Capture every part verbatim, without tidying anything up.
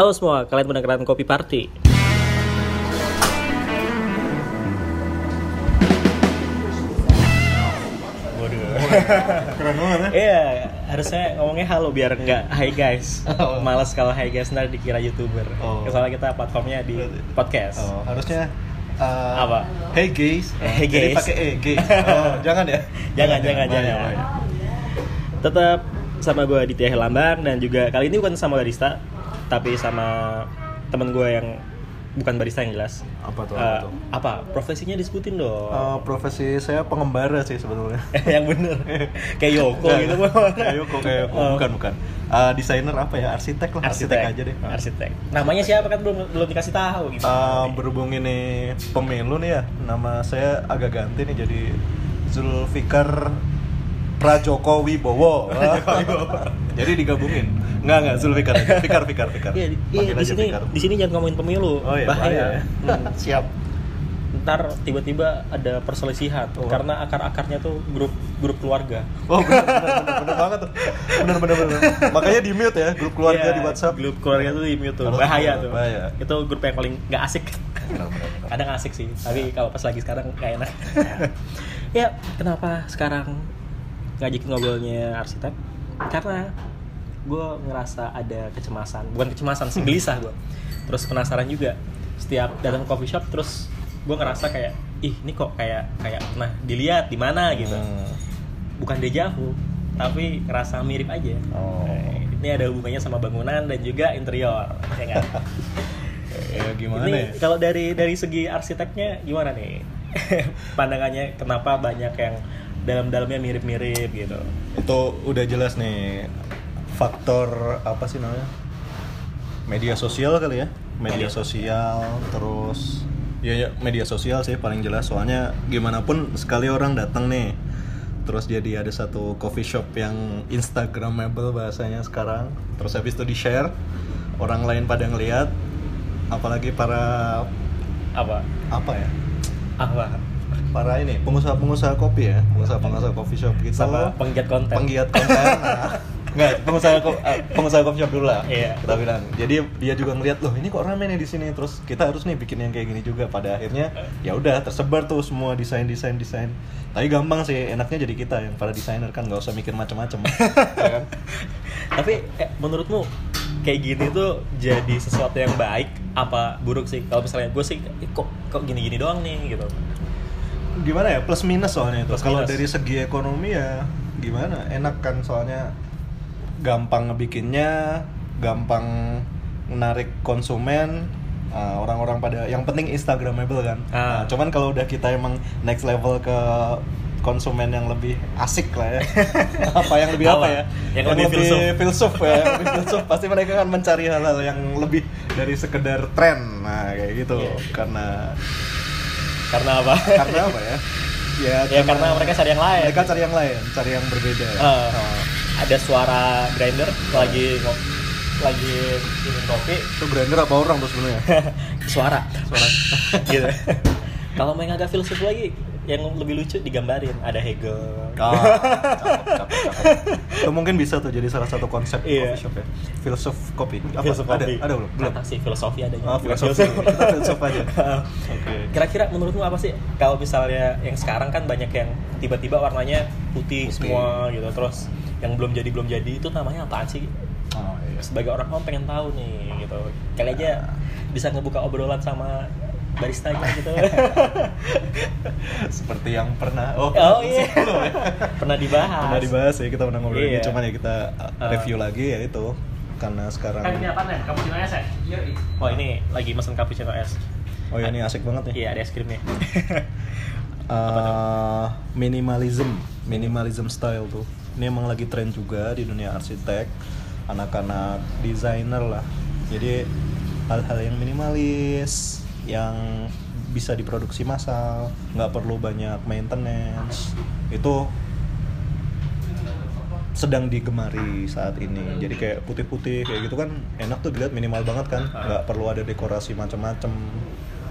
Halo semua, kalian mendengarkan Kopi Party. Waduh. Keren banget ya? Iya, harusnya ngomongnya halo biar nggak hi guys. Oh. Malas kalau hi guys ntar dikira YouTuber. Oh. Soalnya kita platformnya di podcast. Oh, harusnya uh, Apa? Hey guys. Hey Jadi guys. pakai e guys. Oh, jangan ya? Jangan, jangan, Bahaya, jangan. bahaya. Tetap sama gue Aditya Helambang dan juga kali ini bukan sama barista, tapi sama temen gue yang bukan barista yang jelas. Apa tuh? Uh, Apa tuh? apa? Profesinya disebutin dong. Uh, profesi saya pengembara sih sebetulnya. Yang bener. Kayak Yoko gitu. Kayak Yoko, kayak Yoko. Oh. Bukan, bukan. Uh, desainer apa ya? Arsitek lah. Arsitek, aja deh. Arsitek. Namanya siapa kan belum belum dikasih tahu gitu. Uh, berhubung ini pemilu nih ya, nama saya agak ganti nih jadi Zulfikar Prajokowi Bowo. Jadi digabungin. Enggak enggak Zulfikar aja. Fikar Fikar Fikar. Iya, di, Panggil di aja sini Fikar. di sini jangan ngomongin pemilu. Oh iya, bahaya. bahaya ya. Hmm. Siap. Ntar tiba-tiba ada perselisihan Oh. karena akar-akarnya tuh grup grup keluarga. Oh benar benar benar, benar banget tuh. Benar benar benar. Makanya di mute ya grup keluarga Iya, di WhatsApp. Grup keluarga tuh di mute tuh. Harus Bahaya benar, tuh. bahaya. Itu grup yang paling nggak asik. Benar, benar, benar. Kadang asik sih, tapi kalau pas lagi sekarang nggak enak. Ya, kenapa sekarang ngajakin ngobrolnya arsitek? Karena gue ngerasa ada kecemasan, bukan kecemasan sih, gelisah gue. Terus penasaran juga. Setiap datang ke coffee shop, terus gue ngerasa kayak, ih ini kok kayak kayak pernah dilihat di mana gitu. Hmm. Bukan deja vu, tapi ngerasa mirip aja. Oh. Ini ada hubungannya sama bangunan dan juga interior, ya nggak? Ya gimana Ini ya? kalau dari dari segi arsiteknya gimana nih? Pandangannya kenapa banyak yang dalam-dalamnya mirip-mirip gitu? Itu udah jelas nih faktor apa sih namanya? Media sosial kali ya? Media Media sosial terus ya, ya media sosial sih paling jelas soalnya gimana pun sekali orang datang nih terus jadi ada satu coffee shop yang instagramable bahasanya sekarang terus habis itu di share orang lain pada ngelihat apalagi para Apa? apa ya Apa? para ini pengusaha-pengusaha kopi ya pengusaha-pengusaha coffee shop gitu Sama penggiat konten. penggiat konten nah, nggak pengusaha ko- eh, pengusaha coffee shop dulu lah Iya. kita bilang jadi dia juga ngeliat loh ini kok rame nih di sini terus kita harus nih bikin yang kayak gini juga pada akhirnya ya udah tersebar tuh semua desain desain desain tapi gampang sih enaknya jadi kita yang para desainer kan nggak usah mikir macam-macam ya kan. Tapi eh, menurutmu kayak gini tuh jadi sesuatu yang baik apa buruk sih? Kalau misalnya gue sih eh, kok kok gini-gini doang nih gitu. Gimana ya plus minus soalnya itu Plus kalau minus. dari segi ekonomi ya gimana enak kan soalnya gampang ngebikinnya gampang menarik konsumen uh, orang-orang pada yang penting instagramable kan Ah. Nah, cuman kalau udah kita emang next level ke konsumen yang lebih asik lah ya apa yang lebih apa, Apa? ya Yang lebih filsuf. filsuf ya yang lebih filsuf pasti mereka akan mencari hal-hal yang lebih dari sekedar tren nah kayak gitu Iya. karena Karena apa? karena apa ya ya, Ya karena mereka cari yang lain. mereka cari yang lain cari yang berbeda Ah. Oh. Ada suara grinder lagi ngo- lagi minum kopi, Itu grinder apa orang tuh sebenarnya? suara suara gitu. Kalau main agak filsuf lagi yang lebih lucu digambarin ada Hegel. Ah, cakep, cakep, cakep. Itu mungkin bisa tuh jadi salah satu konsep Iya. coffee shop ya. Filsuf kopi. Apa? Filsuf ada? kopi. Ada belum? Belum. Kata sih filosofi adanya. Ah, Bukan filosofi. filsuf. Kita filsuf aja. Oke. Kira-kira menurutmu apa sih kalau misalnya yang sekarang kan banyak yang tiba-tiba warnanya putih, Putih. semua gitu terus yang belum jadi belum jadi itu namanya apaan sih? Oh iya. Sebagai orang awam pengen tahu nih gitu. Kali aja bisa ngebuka obrolan sama baristanya gitu. Seperti yang pernah oh, Oh iya. belum ya? Pernah dibahas. Pernah dibahas ya kita pernah ngobrol ini Iya. cuman ya kita uh, Uh. review lagi ya itu karena sekarang Kan ini apa nih? Cappuccino es ya? Iya. Oh ini lagi mesen cappuccino es. oh ya ini asik banget nih. Iya ada es krimnya. Uh, minimalism, minimalism style tuh. Ini emang lagi tren juga di dunia arsitek, anak-anak desainer lah. Jadi hal-hal yang minimalis, yang bisa diproduksi massal, nggak perlu banyak maintenance, itu sedang digemari saat ini. Jadi kayak putih-putih kayak gitu kan enak tuh dilihat minimal banget kan, nggak perlu ada dekorasi macam-macam,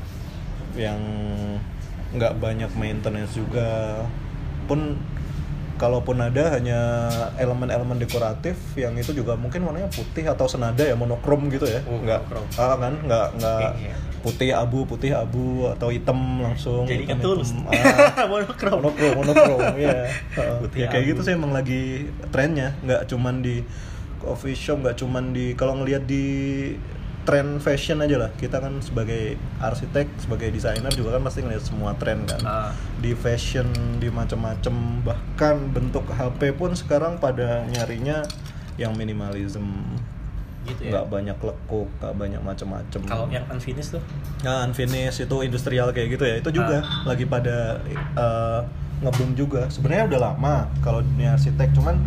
yang nggak banyak maintenance juga. Pun kalaupun ada hanya elemen-elemen dekoratif yang itu juga mungkin warnanya putih atau senada ya, monokrom gitu ya. Oh, nggak monokrom. ah, kan nggak nggak Iya. putih abu putih abu atau hitam langsung. Jadi kan hitam, tulus. hitam. Ah, Monokrom. monokrom monokrom ya. Putih Ya kayak abu. gitu sih emang lagi trennya, nggak cuman di coffee shop, nggak cuman di, kalau ngelihat di tren fashion aja lah, kita kan sebagai arsitek, sebagai desainer juga kan pasti ngeliat semua tren kan. Ah. Di fashion, di macam-macam, bahkan bentuk H P pun sekarang pada nyarinya yang minimalism, Gitu ya. nggak banyak lekuk, nggak banyak macam-macam. Kalau yang unfinished tuh? Nah, unfinished itu industrial kayak gitu ya, itu juga Ah. lagi pada uh, nge-boom juga. Sebenarnya udah lama kalau dunia arsitek, cuman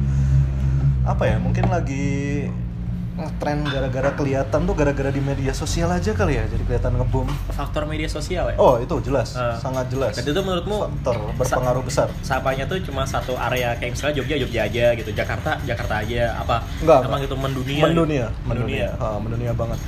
apa ya, mungkin lagi ngetren gara-gara kelihatan tuh, gara-gara di media sosial aja kali ya, jadi kelihatan nge-boom. Faktor media sosial ya? Oh itu jelas, Ah. sangat jelas. Dan itu menurutmu faktor berpengaruh besar. Sapanya tuh cuma satu area, kayak misalnya Jogja Jogja aja gitu, Jakarta Jakarta aja, apa Enggak, emang enggak. itu mendunia? Mendunia, gitu? mendunia, ah, mendunia banget.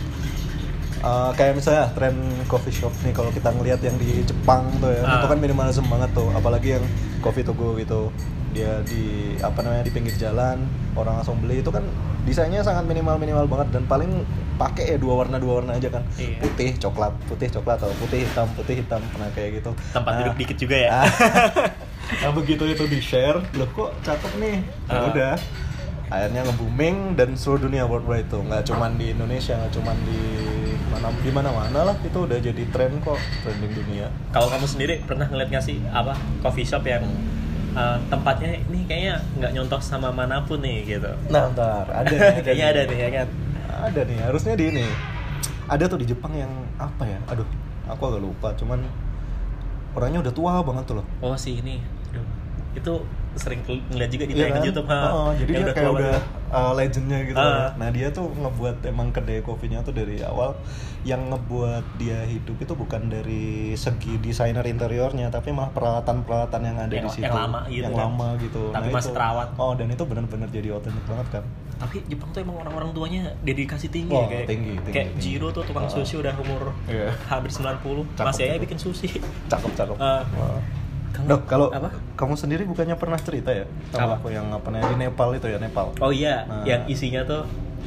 Uh, kayak misalnya tren coffee shop nih, kalau kita ngelihat yang di Jepang tuh ya, Ah. itu kan minimalism banget tuh, apalagi yang coffee to go gitu, dia di apa namanya di pinggir jalan, orang langsung beli, itu kan desainnya sangat minimal minimal banget, dan paling pakai ya dua warna dua warna aja kan, Iya. putih coklat putih coklat atau putih hitam putih hitam, pernah kayak gitu. Tempat Nah, duduk dikit juga ya? ah, nah begitu itu di share, loh kok cakep nih, ya Ah. udah akhirnya nge-booming dan seluruh dunia worldwide itu, nggak cuman di Indonesia, nggak cuman di mana di mana-mana lah, itu udah jadi tren kok, trending dunia. Kalau kamu sendiri pernah ngeliat nggak sih apa coffee shop yang uh, tempatnya ini kayaknya nggak nyontoh sama manapun nih gitu? Nah, ntar ada, nih, Kayaknya nih. ada nih ya kan? Ada nih, harusnya di ini. Ada tuh di Jepang yang apa ya? Aduh, aku agak lupa, cuman orangnya udah tua banget tuh loh. Oh si ini, aduh, itu sering kel- ngeliat juga di Iya tayangan kan? YouTube, ha? Oh, jadi Yang dia kayak tua udah banget. uh, legendnya gitu. Ah. ya. Nah dia tuh ngebuat emang kedai kopinya tuh dari awal, yang ngebuat dia hidup itu bukan dari segi desainer interiornya, tapi malah peralatan-peralatan yang ada Yang- di situ, yang lama gitu yang kan? lama gitu. Tapi Nah, masih itu- terawat. Oh, dan itu benar-benar jadi otentik banget kan. Tapi Jepang tuh emang orang-orang tuanya dedikasi tinggi, Wah, kayak tinggi, tinggi, kayak tinggi. Jiro tuh tukang Ah. sushi udah umur Iya. hampir sembilan puluh, Cakep masih aja gitu. bikin sushi. Cakep-cakep. Ah. Wah. Kamu- Dok, kalau apa? kamu sendiri bukannya pernah cerita ya sama Apa? aku yang apa namanya di Nepal itu ya, Nepal. Oh iya, Nah. yang isinya tuh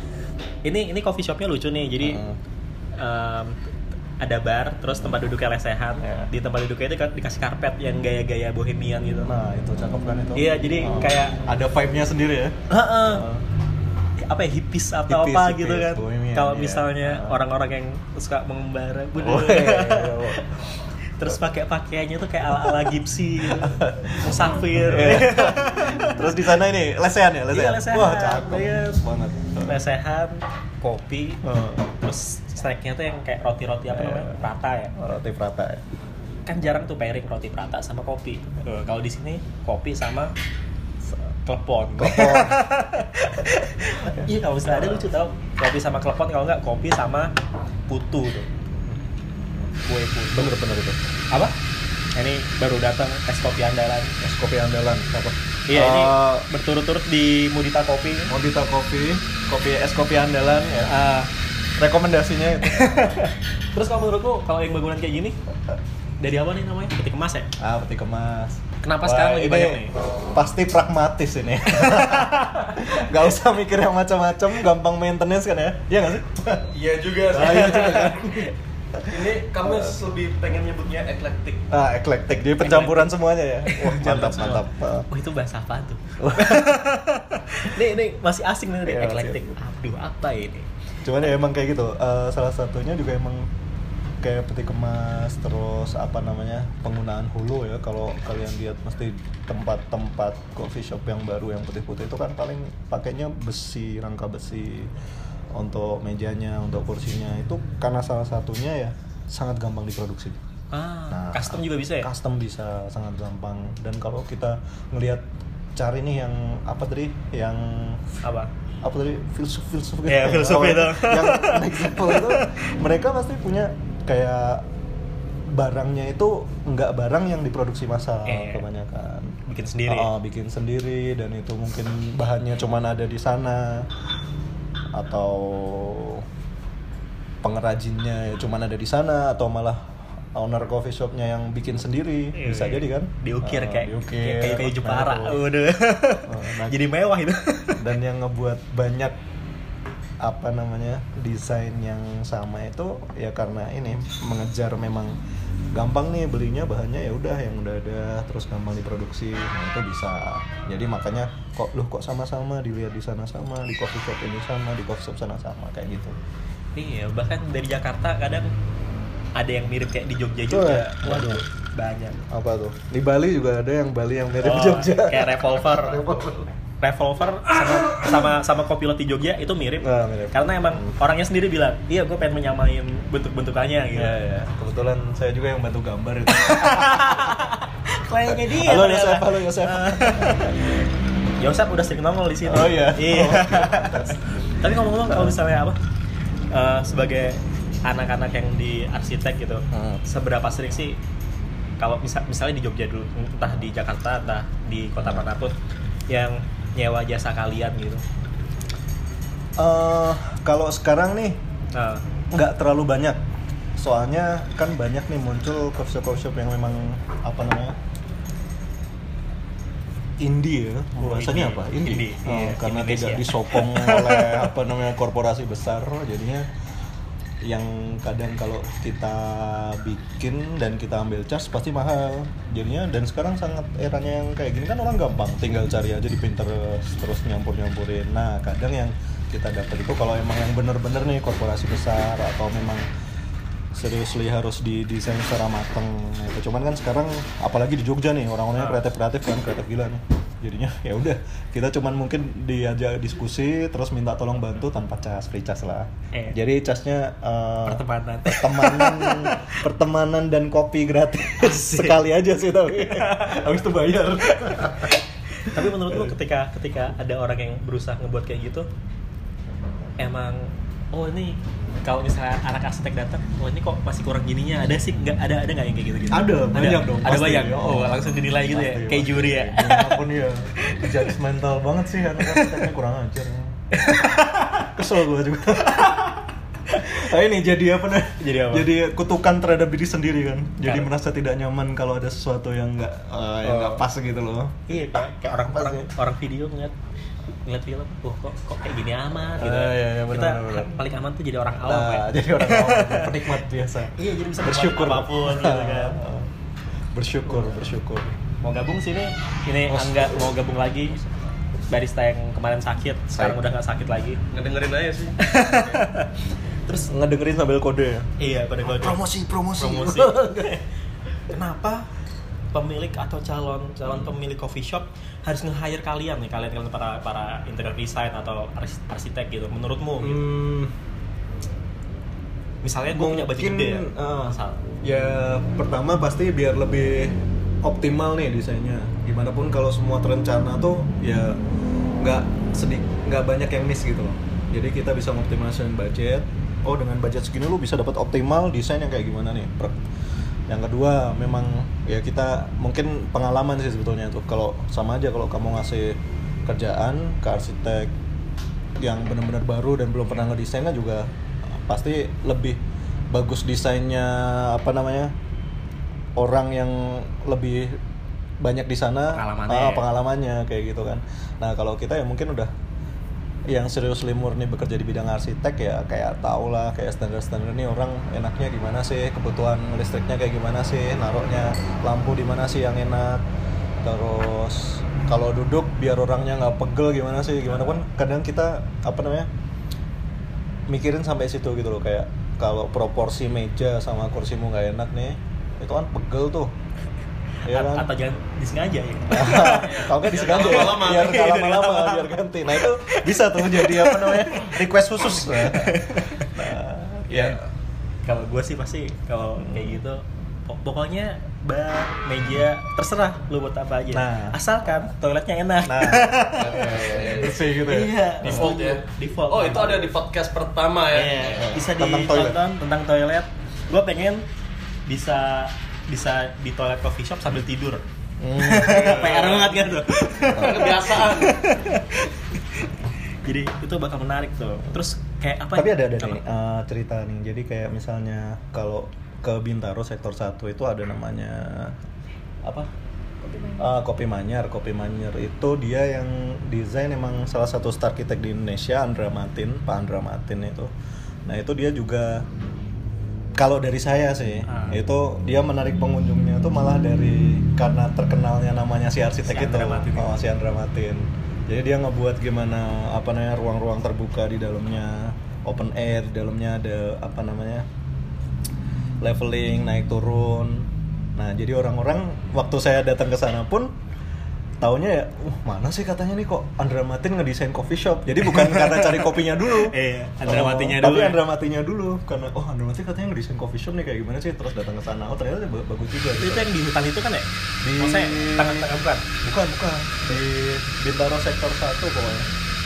ini ini coffee shopnya lucu nih. Jadi Hmm. em, ada bar, terus tempat duduknya lesehan. Ya. Di tempat duduknya itu kan dikasih karpet yang gaya-gaya bohemian gitu. Nah, itu cakep kan itu. Iya, jadi Oh. kayak ada vibe-nya sendiri ya. Heeh. Oh. apa ya, hipis atau Hipis, apa hipis, gitu kan. bohemian, Kalau iya. misalnya Ah. orang-orang yang suka mengembara, bener. Oh, iya, iya, iya. Terus pakai pakaiannya tuh kayak ala-ala Gypsy gitu. Musafir. Iya. Terus di sana ini lesehan ya, lesehan. Iya, lesehan. Wah, cakep Iya. banget. Lesehan, kopi, Oh. terus snacknya tuh yang kayak roti-roti apa Iya. namanya? Prata ya. Roti prata ya. Kan jarang tuh pairing roti prata sama kopi. Tuh, kalau di sini kopi sama s- klepon. Iya, kalau misalnya ada lucu tau. Kopi sama klepon, kalau nggak kopi sama putu tuh. Kue putu. Bener-bener itu. Apa? Ini baru datang es kopi andalan. Es kopi andalan apa? Iya, ini Eh, berturut-turut di Mudita Kopi. Modita Kopi, kopi es kopi andalan ya. Ah, Rekomendasinya itu. terus kalau menurutku kalau yang bangunan kayak gini dari apa nih namanya? Peti kemas ya? Ah, peti kemas. Kenapa sekarang lebih ini banyak nih? Pasti pragmatis ini. Gak usah mikir yang macam-macam, gampang maintenance kan ya? Iya nggak sih? Iya juga sih. Ah, iya juga kan? Ini kamu lebih pengen nyebutnya eklektik. Ah, eklektik. Jadi pencampuran semuanya ya. Wah, mantap, semua. mantap. Ah. Oh itu bahasa apa tuh? Nih, ini masih asing nih, Iya, eklektik. Aduh, apa ini? Cuman ya emang kayak gitu. Eh, salah satunya juga emang kayak peti kemas, terus apa namanya penggunaan hulu ya. Kalau kalian lihat mesti tempat-tempat coffee shop yang baru yang putih-putih itu kan paling pakainya besi, rangka besi untuk mejanya, untuk kursinya. Itu karena salah satunya ya sangat gampang diproduksi. Ah, Nah, custom juga bisa ya? Custom bisa sangat gampang. Dan kalau kita ngelihat cari nih yang apa tadi, yang Apa? apa tadi filsuf filsuf gitu. Iya, filsuf Apa, itu. yang next level itu mereka pasti punya kayak barangnya itu nggak barang yang diproduksi massal Iya. kebanyakan. Bikin sendiri. Oh, bikin sendiri, dan itu mungkin bahannya cuman ada di sana, atau pengrajinnya ya cuman ada di sana, atau malah owner coffee shopnya yang bikin sendiri, Iya, bisa iya. jadi kan? Diukir Ah, kayak diukir. kayak kayu kayu Jepara. Nah, itu. Waduh. Oh, nah, Jadi mewah itu. dan yang ngebuat banyak apa namanya desain yang sama itu ya karena ini mengejar memang gampang nih belinya bahannya ya udah yang udah ada terus gampang diproduksi, nah itu bisa. Jadi makanya kok loh kok sama-sama dilihat di sana sama, di coffee shop ini sama, di coffee shop sana sama kayak gitu. Iya, bahkan dari Jakarta kadang ada yang mirip kayak di Jogja Tuh, juga. ya? Waduh, banyak. Apa tuh? Di Bali juga ada yang Bali yang mirip Oh, Jogja. kayak revolver. Revolver sama sama sama Copilot di Jogja itu mirip. Nah, mirip. Karena emang orangnya sendiri bilang, "Iya, gue pengen menyamain bentuk-bentukannya gitu." Iya, iya. Kebetulan saya juga yang bantu gambar itu. Kliennya dia. Halo ternyata. Yosef, halo Yosef. Yosef udah sering nongol di sini. Oh, iya? Iya. Oh, Tapi ngomong-ngomong kalau misalnya apa? eh, sebagai anak-anak yang di arsitek gitu, Hmm. seberapa sering sih kalau misal, misalnya di Jogja dulu, entah di Jakarta, entah di kota manapun yang nyewa jasa kalian gitu? Eh, kalau sekarang nih Nah, nggak terlalu banyak, soalnya kan banyak nih muncul coffee shop coffee shop yang memang apa namanya indie ya, Oh, bahasanya indie. apa indie, Indie, Oh, iya, karena Indonesia. tidak disokong oleh apa namanya korporasi besar, jadinya yang kadang kalau kita bikin dan kita ambil charge pasti mahal jadinya. Dan sekarang sangat eranya yang kayak gini kan orang gampang tinggal cari aja di Pinterest terus nyampur-nyampurin. Nah kadang yang kita dapat itu kalau emang yang bener-bener nih korporasi besar atau memang seriously harus didesain secara mateng. Nah, itu cuman kan sekarang apalagi di Jogja nih orang-orangnya kreatif-kreatif kan, kreatif gila nih. Jadinya ya udah kita cuman mungkin diajak diskusi terus minta tolong bantu tanpa cas, free cas lah. Eh. Jadi casnya eh, pertemanan. pertemanan pertemanan dan kopi gratis sekali aja sih tapi habis itu bayar. Tapi menurut lu ketika ketika ada orang yang berusaha ngebuat kayak gitu, emang oh ini kalau misalnya anak arsitek datang, oh ini kok masih kurang gininya, ada sih nggak ada ada nggak yang kayak gitu gitu? Ada, banyak dong, Ada pasti. banyak. Oh, Oh, langsung dinilai gitu ya, Pasti, kayak pasti. juri ya. Apapun ya, judgmental banget sih anak arsiteknya, kurang ajar. Kesel gue juga. Nah ini jadi apa nih? Jadi apa? Jadi kutukan terhadap diri sendiri kan. Jadi Karena- merasa tidak nyaman kalau ada sesuatu yang nggak eh, yang nggak Oh. pas gitu loh. Iya, kayak, kayak orang Pas orang ya. orang video ngeliat ngeliat film, oh kok kok kayak gini amat gitu. Ah, iya, iya, benar, Kita benar, benar. paling aman tuh jadi orang awam ya. Nah, jadi orang awam, penikmat biasa. Iya, jadi bisa Bersyukur menikmati apapun gitu kan. Bersyukur, bersyukur. Mau gabung sini, ini Oh, Angga mau gabung lagi. Barista yang kemarin sakit, sekarang Baik. udah nggak sakit lagi. Ngedengerin aja sih. Terus ngedengerin sambil kode ya. Iya, pada gue Promosi, promosi. promosi. Kenapa pemilik atau calon calon pemilik coffee shop harus nge-hire kalian nih, kalian kalian para para interior design atau ars- arsitek gitu? Menurutmu gitu? Hmm, Misalnya gue punya budget mungkin, gede ya, ah, misal. ya pertama pasti biar lebih optimal nih desainnya. Gimana pun kalau semua terencana tuh ya nggak sedikit nggak banyak yang miss gitu loh. Jadi kita bisa mengoptimalkan budget. Oh dengan budget segini lu bisa dapat optimal desain yang kayak gimana nih. Per- Yang kedua memang ya kita mungkin pengalaman sih sebetulnya tuh. Kalau sama aja kalau kamu ngasih kerjaan ke arsitek yang benar-benar baru dan belum pernah ngedesain kan juga pasti lebih bagus desainnya apa namanya orang yang lebih banyak di sana Pengalamannya. ah, pengalamannya kayak gitu kan. Nah kalau kita ya mungkin udah yang serius murni bekerja di bidang arsitek ya kayak tau lah kayak standar-standar nih orang enaknya gimana sih, kebutuhan listriknya kayak gimana sih, naruhnya lampu di mana sih yang enak, terus kalau duduk biar orangnya nggak pegel gimana sih, gimana pun kadang kita apa namanya mikirin sampai situ gitu loh, kayak kalau proporsi meja sama kursimu nggak enak nih itu kan pegel tuh ya A- kan. atau jangan disengaja ya. Kalau nggak disengaja Biar ya, lama-lama. biar nggak lama-lama, biar ganti. Nah itu bisa tuh jadi apa namanya request khusus. Nah, Ya, kalau gue sih pasti kalau kayak gitu, pok- pokoknya bar, meja, terserah lu buat apa aja. Nah. Asalkan toiletnya enak. nah, bersih gitu ya. Iya, Default ya. Default. Oh, itu ada di podcast pertama ya. Iya, bisa Tentang toilet. ditonton tentang toilet. Gue pengen bisa bisa di toilet coffee shop sambil tidur. Hmm. P R banget kan tuh. Kebiasaan. Jadi itu bakal menarik tuh. Terus kayak apa? Tapi ada ada Apa? nih eh, cerita nih. Jadi kayak misalnya kalau ke Bintaro sektor satu itu ada namanya apa? Uh, Kopi Manyar. Kopi Manyar itu dia yang desain emang salah satu star arsitek di Indonesia, Andra Matin, Pak Andra Matin itu. Nah itu dia juga, kalau dari saya sih, ah. itu dia menarik pengunjungnya itu malah dari karena terkenalnya namanya si arsitek si itu, Matin. oh si Andra Matin. Jadi dia ngebuat gimana apa namanya ruang-ruang terbuka di dalamnya, open air, di dalamnya ada apa namanya leveling, naik turun. Nah, jadi orang-orang waktu saya datang ke sana pun taunya ya, uh mana sih katanya nih kok Andra Matin ngedesain coffee shop. Jadi bukan karena cari kopinya dulu. Iya, Andra oh, Matinnya dulu. Tapi ya? Andra Matinnya dulu karena oh Andra Matin katanya ngedesain coffee shop nih kayak gimana sih, terus datang ke sana. Oh, ternyata bagus juga. Itu Gitu. yang di hutan itu kan ya? Di Maksudnya tengah-tengah bukan? Bukan, bukan. Di Bintaro sektor satu pokoknya.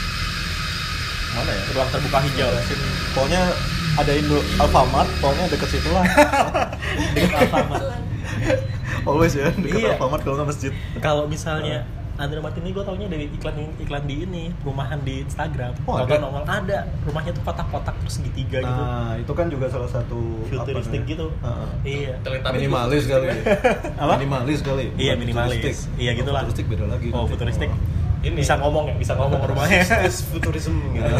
Mana ya? Ruang terbuka hijau. Jelasin. Pokoknya ada Indo Alfamart, pokoknya deket situ lah. Dekat Alfamart. Always ya, deket Iya. Alfamart kalau nggak masjid. Kalau misalnya Andra Matin ini gue taunya dari iklan iklan di ini, rumahan di Instagram. Oh, Kalau ada? nongol ada, rumahnya tuh kotak-kotak terus segitiga gitu. Nah, itu kan juga salah satu Futuristik apa namanya? gitu. Heeh. Iya. Teletubbies Minimalis futuristik kali. kan? Apa? Minimalis kali. Iya, bukan minimalis. futuristik. Iya, gitulah. Oh, futuristik beda lagi. Oh, nanti. futuristik. Ini. Bisa ngomong ya, bisa ngomong rumahnya. futurism gitu.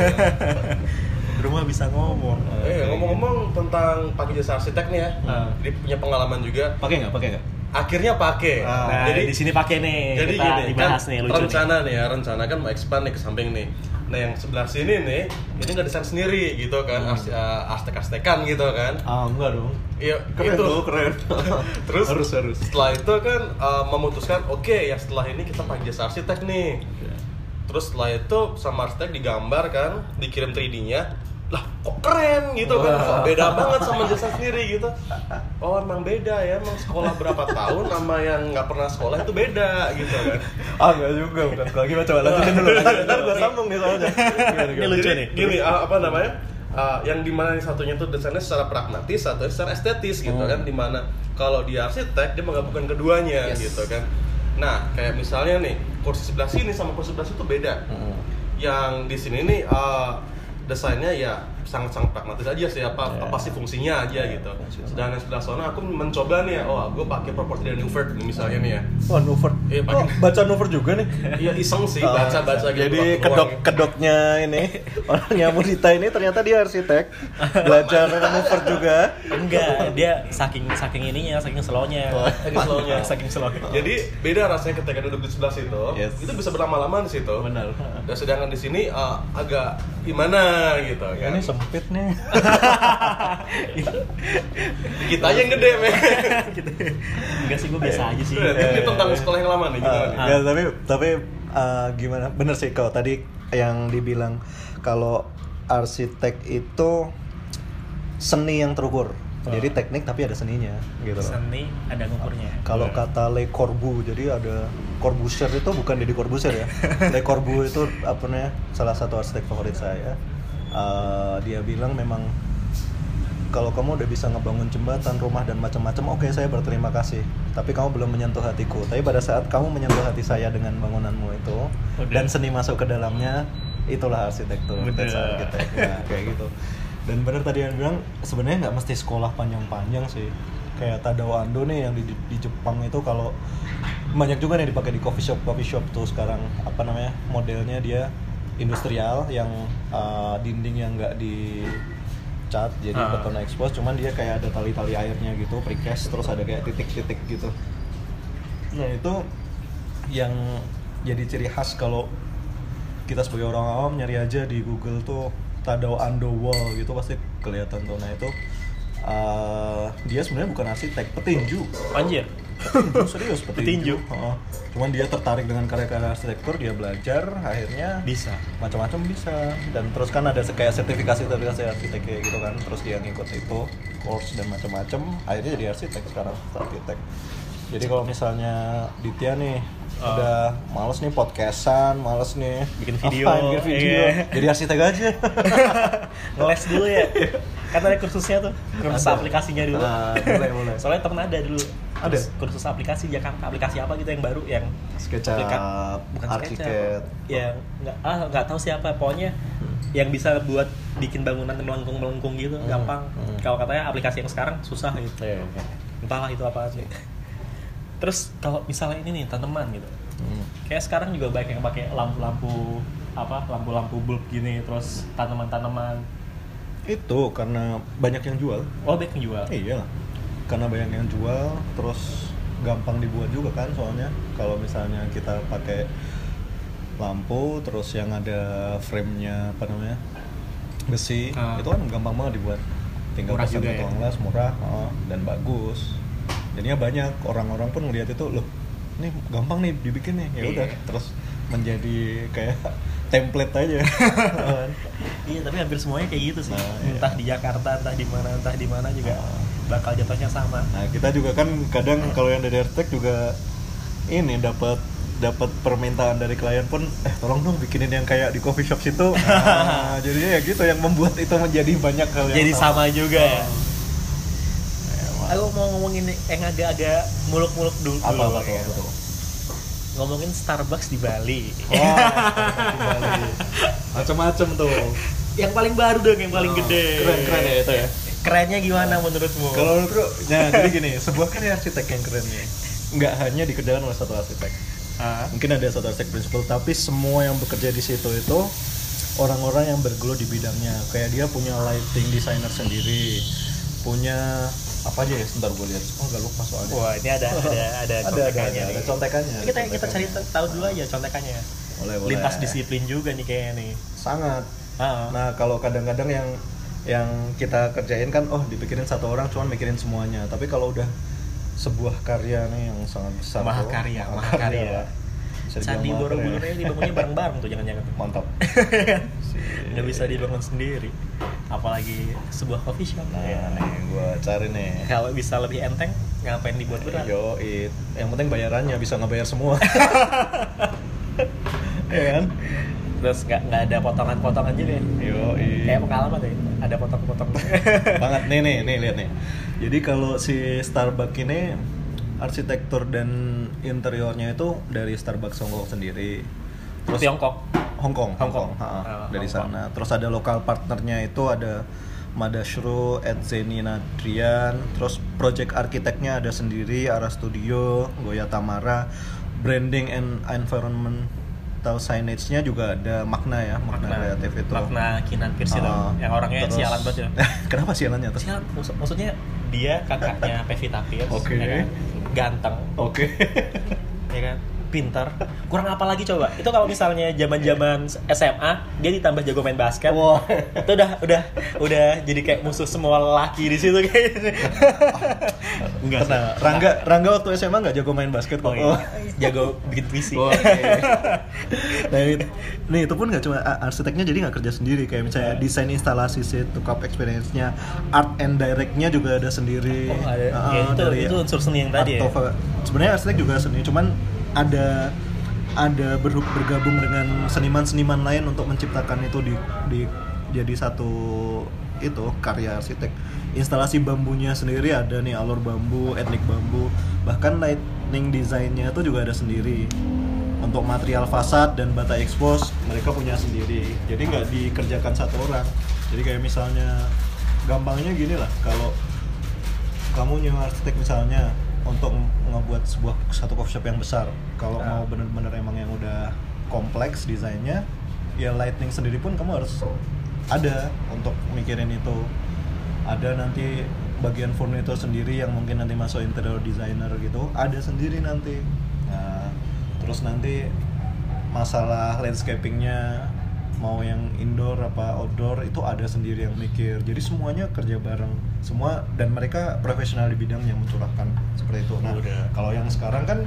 Rumah bisa ngomong. Eh, ngomong-ngomong tentang pakai jasa arsitek nih ya. Hmm. Dia punya pengalaman juga. Pakai nggak? Pakai nggak? Akhirnya pakai. Ah. Nah, jadi di sini pakai nih. jadi kita gini, dibahas kan nih lucu rencana nih. nih ya, rencana kan mau expand nih ke samping nih. Nah, yang sebelah sini nih, ini nggak desain sendiri gitu kan, Hmm. Ars- uh, arsitek-arstekan gitu kan. Ah, enggak dong. Iya, Keren itu. tuh, keren. Terus harus harus. setelah itu kan uh, memutuskan, oke ya setelah ini kita pakai jasa arsitek nih. Terus setelah itu sama arsitek digambar kan, dikirim tiga D-nya. Lah kok keren gitu kan, kok beda banget sama jasa sendiri gitu. Oh emang beda ya, emang sekolah berapa tahun sama yang nggak pernah sekolah itu beda gitu kan. Ah, enggak juga, bukan. Kalau gimana coba lanjutin dulu. Ntar gua sambung nih soalnya. Ini lucu Jadi, nih. gini, uh, apa namanya? Uh, yang dimana yang satunya tuh desainnya secara pragmatis atau secara estetis gitu Hmm. kan, dimana kalau di arsitek dia menggabungkan keduanya Yes. gitu kan. Nah kayak misalnya nih kursi sebelah sini sama kursi sebelah situ beda. Heeh. Yang di sini nih uh, desainnya ya sangat-sangat pragmatis aja sih, apa Yeah. apa sih fungsinya aja Yeah, gitu. fungsinya. Sedangkan sebelah sana aku mencoba nih ya, oh gue pakai properti dari Newvert misalnya nih ya. Wah, Nuver. Iya, Oh, pakai. baca Nuver juga nih. Iya iseng sih baca-baca gitu. Jadi waktu kedok luang. kedoknya ini orangnya Mudita ini ternyata dia arsitek, belajar Nuver juga. Enggak, dia saking saking ininya, saking slownya. Oh, saking slownya. saking slownya. Jadi beda rasanya ketika duduk di sebelah situ. Yes. Itu bisa berlama-lama di situ. Benar. Dan sedangkan di sini uh, agak gimana gitu Ya, kan. ini sempit nih. Kita aja yang gede, men. Enggak sih, gue biasa aja sih. Ini tentang sekolah yang lama nih gimana Uh, nih? nggak, tapi tapi uh, gimana? Bener sih kalau tadi yang dibilang kalau arsitek itu seni yang terukur. Jadi teknik tapi ada seninya gitu loh. Seni ada ngukurnya. Kalau kata Le Corbusier, jadi ada Corbusier itu bukan Deddy Corbusier ya. Le Corbusier itu apa namanya? Salah satu arsitek favorit saya. Uh, dia bilang memang kalau kamu udah bisa ngebangun jembatan, rumah dan macam-macam, oke saya berterima kasih. Tapi kamu belum menyentuh hatiku. Tapi pada saat kamu menyentuh hati saya dengan bangunanmu itu Udah. dan seni masuk ke dalamnya, itulah arsitektur. Betul. That's arsitek. Nah, kayak gitu. Dan benar tadi yang bilang sebenarnya nggak mesti sekolah panjang-panjang sih. Kayak Tadao Ando nih yang di, di Jepang itu kalau banyak juga nih dipakai di coffee shop coffee shop tuh sekarang apa namanya modelnya dia industrial yang uh, dinding yang nggak di cat jadi Ah. beton expose, cuman dia kayak ada tali-tali airnya gitu precast, terus ada kayak titik-titik gitu. Nah itu yang jadi ciri khas kalau kita sebagai orang awam nyari aja di Google tuh Tadao Ando wall gitu pasti kelihatan tuh. Nah itu uh, dia sebenarnya bukan arsitek, petinju. Anjir. Petinju, serius petinju. Petinju. Heeh. Cuman dia tertarik dengan karya-karya arsitektur, dia belajar, akhirnya Bisa. macam-macam bisa. Dan terus kan ada kayak sertifikasi-sertifikasi arsitek kayak gitu kan. Terus dia ngikut itu course dan macam-macam, akhirnya jadi arsitek sekarang, arsitek. Jadi kalau misalnya Ditya nih Oh. udah males nih podcastan, males nih Bikin video, apa, bikin video, iya. jadi arsitek aja. Ngeles dulu ya. Kan ada kursusnya tuh, kursus Ada. aplikasinya dulu. Nah, boleh, boleh. Soalnya temen ada dulu. Ada? Kursus- Kursus aplikasi, ya kan aplikasi apa gitu yang baru yang SketchUp, aplika- bukan Archicad. SketchUp. Yang nggak ah nggak tahu siapa, pokoknya yang bisa buat bikin bangunan melengkung-melengkung gitu, Hmm. gampang. Hmm. Kalau katanya aplikasi yang sekarang susah gitu. Iya, iya. Entahlah itu apa sih. Terus kalau misalnya ini nih tanaman gitu. Hmm. Kayak sekarang juga banyak yang pakai lampu-lampu apa, lampu-lampu bulb gini, terus tanaman-tanaman. Itu karena banyak yang jual. Oh, banyak yang jual. Iya, karena banyak yang jual, terus gampang dibuat juga kan soalnya. Kalau misalnya kita pakai lampu, terus yang ada frame-nya apa namanya besi, Ah. itu kan gampang banget dibuat. Tinggal Murah pesan juga ke ya? tukang las, murah, oh, dan bagus. Jadinya banyak orang-orang pun ngeliat itu, loh, ini gampang nih dibikin nih. Ya udah, Iya. terus menjadi kayak template aja. Iya, tapi hampir semuanya kayak gitu sih. Nah, iya. Entah di Jakarta, entah di mana, entah di mana juga bakal jatuhnya sama. Nah, kita juga kan kadang kalau yang dari arsitek juga ini dapat dapat permintaan dari klien pun, eh tolong dong bikinin yang kayak di coffee shop situ. Nah, jadinya ya gitu yang membuat itu menjadi banyak hal yang Jadi sama juga ya. Emang. Aku mau ngomongin yang agak-agak muluk-muluk dulu. Apa apa tuh? ya. Apa tuh? Ngomongin Starbucks di Bali. Oh, macam-macam tuh. Yang paling baru dong, yang paling Oh, gede. keren-keren ya itu ya. Kerennya gimana menurutmu? Kalau menurutku, nah jadi gini, sebuah karya arsitek yang keren nih, nggak hanya dikerjakan oleh satu arsitek. Ah. Mungkin ada satu arsitek prinsipal, tapi semua yang bekerja di situ itu orang-orang yang bergelut di bidangnya. Kayak dia punya lighting designer sendiri, punya apa aja ya? Sebentar gue lihat. Oh, nggak lupa soalnya. Wah, ini ada ada ada ada, ada, contekannya. ada, nih. ada contekannya. ada Kita kita cari contekannya. tahu dulu aja contekannya. Boleh, boleh. Lintas disiplin juga nih kayaknya nih. Sangat. Ah. Nah, kalau kadang-kadang yang yang kita kerjain kan, oh dipikirin satu orang cuman mikirin semuanya. Tapi kalau udah sebuah karya nih yang sangat besar, Mahakarya, tuh, mahakarya. lah. Bisa dibilang Candi mahakarya. Borobudur ini dibangunnya bareng-bareng tuh, jangan-jangan. Mantap. Nggak bisa dibangun sendiri, apalagi sebuah coffee shop. Nah, Ya. nih gua cari nih. Kalau bisa lebih enteng, ngapain dibuat berat? Yo, it. Yang penting bayarannya bisa ngebayar semua. Iya kan? Terus nggak nggak ada potongan-potongan juga ya? Yo, it. Kayak pengalaman deh, ada potong-potong. Banget nih nih nih lihat nih. Jadi kalau si Starbucks ini arsitektur dan interiornya itu dari Starbucks Hong Kong sendiri. Terus Tiongkok. Hong Kong, Hong Hong Kong, Kong. ha, Ah, dari Hong Kong. sana. Terus ada lokal partnernya itu ada Madashro, Edzeni Nadrian, terus project arsiteknya ada sendiri, Ara Studio, Goya Tamara, branding and environmental signage-nya juga ada Makna ya, Makna, kreatif itu. Makna Kinan Pierce itu, Ah, yang orangnya terus- sialan banget ya. Kenapa sialannya tuh? Sialan, maksud- maksudnya dia kakaknya Pevita Pierce, Oke. ya kan? Ganteng, Oke. ya kan? Pintar. Kurang apa lagi coba? Itu kalau misalnya zaman-zaman S M A dia ditambah jago main basket. Wah. Itu udah udah udah jadi kayak musuh semua lelaki di situ kayaknya. Enggak sih. Tenang, Rangga, Rangga waktu S M A nggak jago main basket kok. Oh, iya. Jago bikin puisi. Oh, iya. Nah, ini, nih itu pun nggak cuma a- arsiteknya jadi nggak kerja sendiri, kayak misalnya desain instalasi sih, tukap experience-nya, art and direct-nya juga ada sendiri. Oh, ada. Uh, Ya, itu dari itu unsur seni yang tadi ya. art of- sebenarnya arsitek juga seni, cuman ada ada ber- bergabung dengan seniman-seniman lain untuk menciptakan itu di, di jadi satu itu karya arsitek. Instalasi bambunya sendiri ada nih, alur bambu, etnik bambu, bahkan lighting desainnya itu juga ada sendiri. Untuk material fasad dan bata expose mereka punya sendiri, jadi nggak dikerjakan satu orang. Jadi kayak misalnya gampangnya gini lah, kalau kamu nyewa arsitek misalnya untuk ngebuat sebuah satu coffee shop yang besar, kalau Ah. mau bener-bener emang yang udah kompleks desainnya, ya lighting sendiri pun kamu harus ada untuk mikirin itu. Ada nanti bagian furniture sendiri yang mungkin nanti masuk interior designer gitu, ada sendiri nanti. Nah, terus nanti masalah landscapingnya mau yang indoor apa outdoor itu ada sendiri yang mikir. Jadi semuanya kerja bareng semua, dan mereka profesional di bidang yang mencurahkan seperti itu. Nah, Udah. kalau yang sekarang kan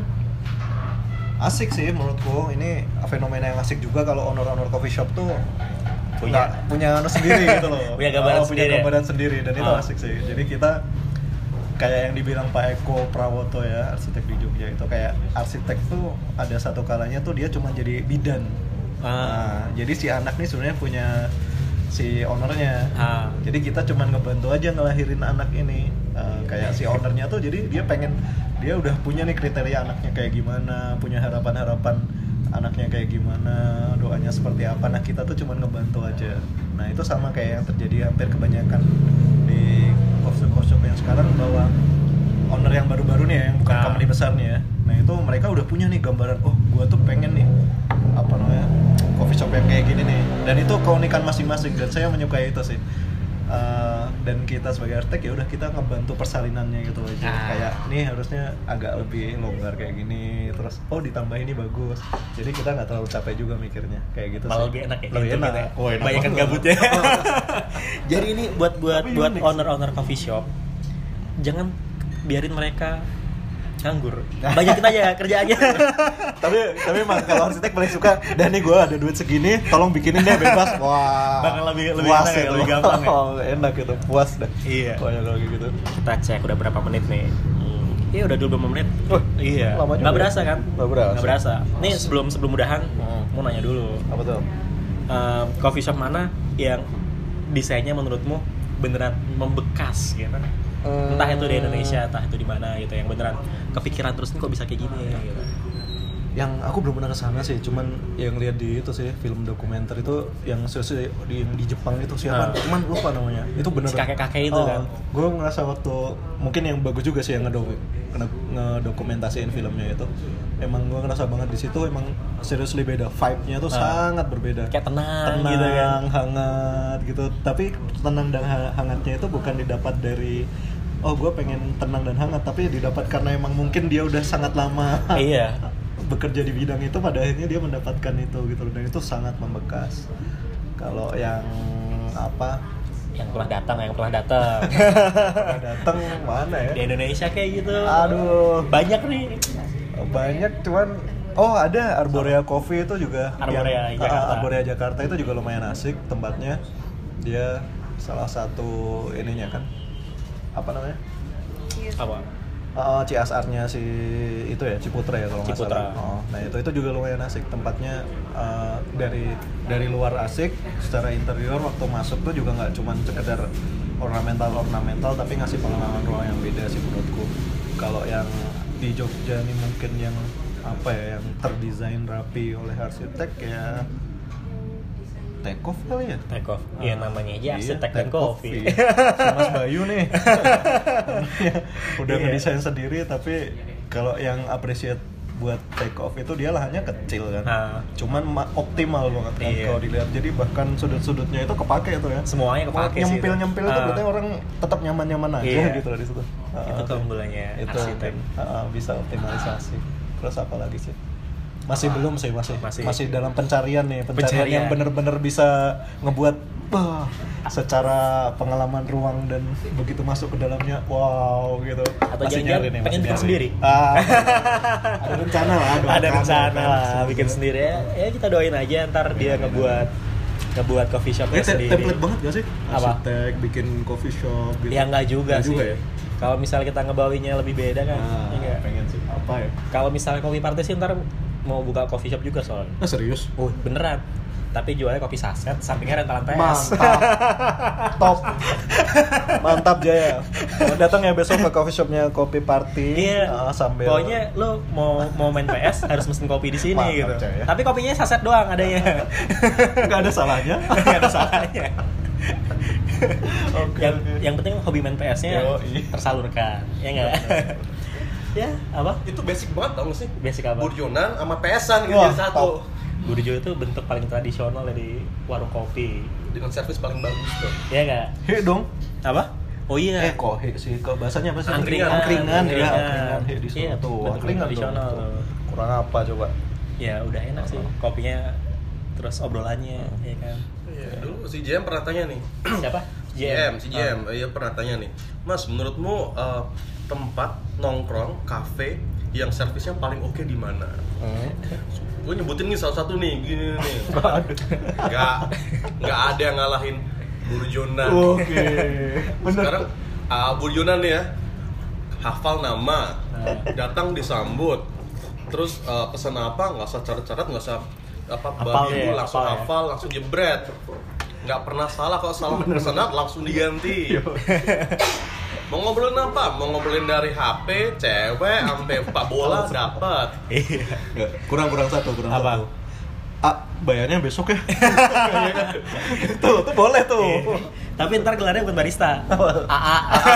asik sih menurutku, ini fenomena yang asik juga kalau owner-owner coffee shop tuh Punya- punya punya anu sendiri gitu loh. Punya gambaran Oh, punya sendiri ya? gambaran sendiri, dan itu Oh. asik sih. Jadi kita kayak yang dibilang Pak Eko Prawoto ya, arsitek di Jogja itu, kayak arsitek tuh ada satu kalanya tuh dia cuma jadi bidan. Ah. Nah, jadi si anak nih sebenarnya punya si ownernya. Ah. Jadi kita cuman ngebantu aja ngelahirin anak ini. Uh, kayak si ownernya tuh jadi dia pengen, dia udah punya nih kriteria anaknya kayak gimana, punya harapan-harapan anaknya kayak gimana, doanya seperti apa. Nah kita tuh cuma ngebantu aja. Nah itu sama kayak yang terjadi hampir kebanyakan di coffee shop yang sekarang, bahwa owner yang baru-baru nih ya, yang bukan nah. company besarnya ya, nah itu mereka udah punya nih gambaran, oh gua tuh pengen nih apa namanya coffee shop yang kayak gini nih, dan itu keunikan masing-masing dan saya menyukai itu sih. Uh, dan kita sebagai arsitek ya udah kita ngebantu persalinannya gitu aja. Ah. Kayak nih harusnya agak lebih longgar kayak gini, terus oh ditambah ini bagus, jadi kita nggak terlalu capek juga mikirnya kayak gitu. Malah sih. lebih enak ya, lebih gitu, enak, gitu ya. oh, enak Banyak kan banget. gabutnya. Jadi ini buat buat Tapi buat unik owner-owner coffee shop, jangan biarin mereka nganggur, banyakin aja kerjaannya. tapi tapi emang kalau arsitek paling suka, dan nih gue ada duit segini, tolong bikinin deh bebas. Wah, Bakal lebih- lebih puas enak ya, itu. lebih gampang ya. Oh, enak gitu, puas dah. Iya. Pokoknya kalau kayak gitu. Kita cek udah berapa menit nih. Iya udah dua puluh lima menit. Wah, Iya. lama juga Nggak ya? berasa kan? Nggak berasa. Nggak berasa. Nih sebelum sebelum udahan, Hmm. mau nanya dulu. Apa tuh? Um, coffee shop mana yang desainnya menurutmu beneran membekas gitu? Entah itu di Indonesia, entah itu di mana gitu, yang beneran kepikiran terus ini kok bisa kayak gini gitu. Yang aku belum pernah kesana sih, cuman yang lihat di itu sih film dokumenter itu yang sesuai di di Jepang itu siapa? Ah. Cuman lupa namanya. Itu bener. Si kakek-kakek itu kan. Gue ngerasa waktu mungkin yang bagus juga sih yang ngedok ngedokumentasiin filmnya itu. Emang gue ngerasa banget di situ emang seriously beda, vibe-nya tuh Ah. sangat berbeda. Kayak tenang, tenang gitu kan. hangat gitu. Tapi tenang dan ha- hangatnya itu bukan didapat dari oh gue pengen tenang dan hangat, tapi didapat karena emang mungkin dia udah sangat lama Iya. bekerja di bidang itu, pada akhirnya dia mendapatkan itu gitu loh, dan itu sangat membekas. Kalau yang apa Yang pernah datang, yang pernah datang. datang mana ya? Di Indonesia kayak gitu. Aduh, Banyak nih. banyak cuman oh ada Arborea Coffee itu juga Arborea yang, Jakarta. ah, Arborea Jakarta itu juga lumayan asik tempatnya. Dia salah satu ininya kan apa namanya? Apa? Uh, C S R-nya si itu ya Ciputra ya kalau nggak Ciputra. salah. Oh, nah itu itu juga lumayan asik tempatnya, uh, dari dari luar asik, secara interior waktu masuk tuh juga nggak cuma sekedar ornamental ornamental tapi ngasih pengalaman ruang yang beda sih menurutku. Kalau yang di Jogja nih mungkin yang apa ya yang terdesain rapi oleh arsitek ya Take Off kali ya? Take Off. Iya Ah, namanya aja iya, arsitek Take dan coffee. Coffee. Si Mas Bayu nih. Udah Iya. ngedesain sendiri, tapi kalau yang appreciate buat Take Off itu dia lahannya kecil kan. Ah. Cuman ma- optimal banget kan Iya. kalau dilihat. Jadi bahkan sudut-sudutnya itu kepake tuh ya. Semuanya kepake sih. Nyempil-nyempil itu Ah. berarti orang tetap nyaman-nyaman aja Iya. gitu loh di situ. Itu Ah, keunggulannya itu arsitek. ah, bisa optimalisasi. Terus apa lagi sih? Masih Ah, belum sih, masih. masih. masih dalam pencarian nih, pencarian, Pencarian. yang bener-bener bisa ngebuat bah, secara pengalaman ruang dan begitu masuk ke dalamnya, wow gitu. Atau Masih jangan-jangan nyari nih, pengen masih bikin nyari. sendiri? Ah, ada rencana lah, doakan, Ada rencana doakan. lah bikin sendiri ya. Ya kita doain aja ntar dia ngebuat ngebuat coffee shopnya Ini te- sendiri. template banget gak sih? Apa? Arsitek bikin coffee shop gitu. Ya enggak juga Nggak sih. juga ya? Kalau misalnya kita ngebawinya lebih beda kan. Ah, ya nggak? pengen sih. Apa ya? Kalau misalnya kopi party sih ntar mau buka coffee shop juga soalnya. Ah, serius? Oh, beneran. Tapi jualnya kopi saset, sampingnya rentalan P S. Mantap. Top. Mantap Jaya. Datang ya besok ke coffee shopnya Kopi Party. Iya. Ah, sambil Pokoknya lo mau mau main P S harus mesen kopi di sini Mantap, gitu. coy, ya. Tapi kopinya saset doang adanya. nggak ada salahnya. Nggak ada salahnya. Oke, yang oke. yang penting hobi main P S-nya Yoi. tersalurkan. Ya enggak? Ya, apa? Itu basic banget dong sih. Basic apa? Burjonan sama P S-an gitu Wah, jadi satu. top. Burjo itu bentuk paling tradisional dari warung kopi. Dengan servis paling bagus tuh. Ya enggak? He dong. Apa? Oh iya. Eh kok he sih? Ke bahasanya apa sih? Angkringan. Angkringan, ya, Angkringan. angkringan. He di Iya, sana tuh. bentuk Angkringan tradisional tuh. tuh. Kurang apa coba? Ya udah enak sih. Kopinya terus obrolannya, ya kan. Iya, dulu si J M pernah tanya nih. Siapa? J M, si J M, iya pernah tanya nih. Mas, menurutmu eh, tempat nongkrong, kafe yang servisnya paling oke di mana? Hmm. Gue nyebutin nih salah satu nih, gini nih. Nggak, nggak ada yang ngalahin Burjonan. Oke. Bener. Sekarang uh, Burjonan nih ya, hafal nama, Nah. datang disambut, terus uh, pesan apa nggak usah catat-catat, nggak usah apa Hafal babi ya, dulu, langsung hafal ya. hafal, langsung jebret. Nggak pernah salah, kalau salah pesanan langsung diganti. Mau ngobrolin apa? Mau ngobrolin dari H P, cewek, sampai sepak bola dapat. Nggak, kurang kurang satu kurang Apa? satu. Ah, bayarnya besok ya. tuh, tuh boleh tuh. Tapi ntar gelarnya bukan barista. A A.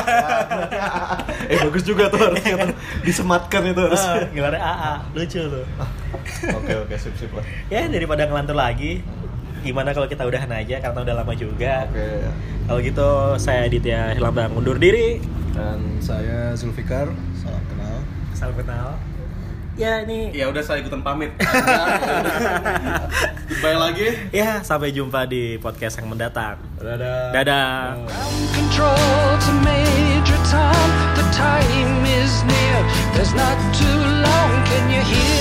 eh bagus juga tuh harusnya tuh. Disematkan itu harus. Ah, gelarnya A A. Lucu tuh. Oke oke sip sip lah. Ya daripada ngelantur lagi, gimana kalau kita udahan aja karena udah lama juga. Oke. Kalau gitu saya Ditya Hilambang undur diri. Dan saya Zulfikar, salam kenal. Salam kenal. Ya ini Ya udah saya ikutan pamit. Goodbye lagi. ya sampai jumpa di podcast yang mendatang. Dadah. Dadah. Ground control to Major Tom. The time is near. There's not too long. Can you hear?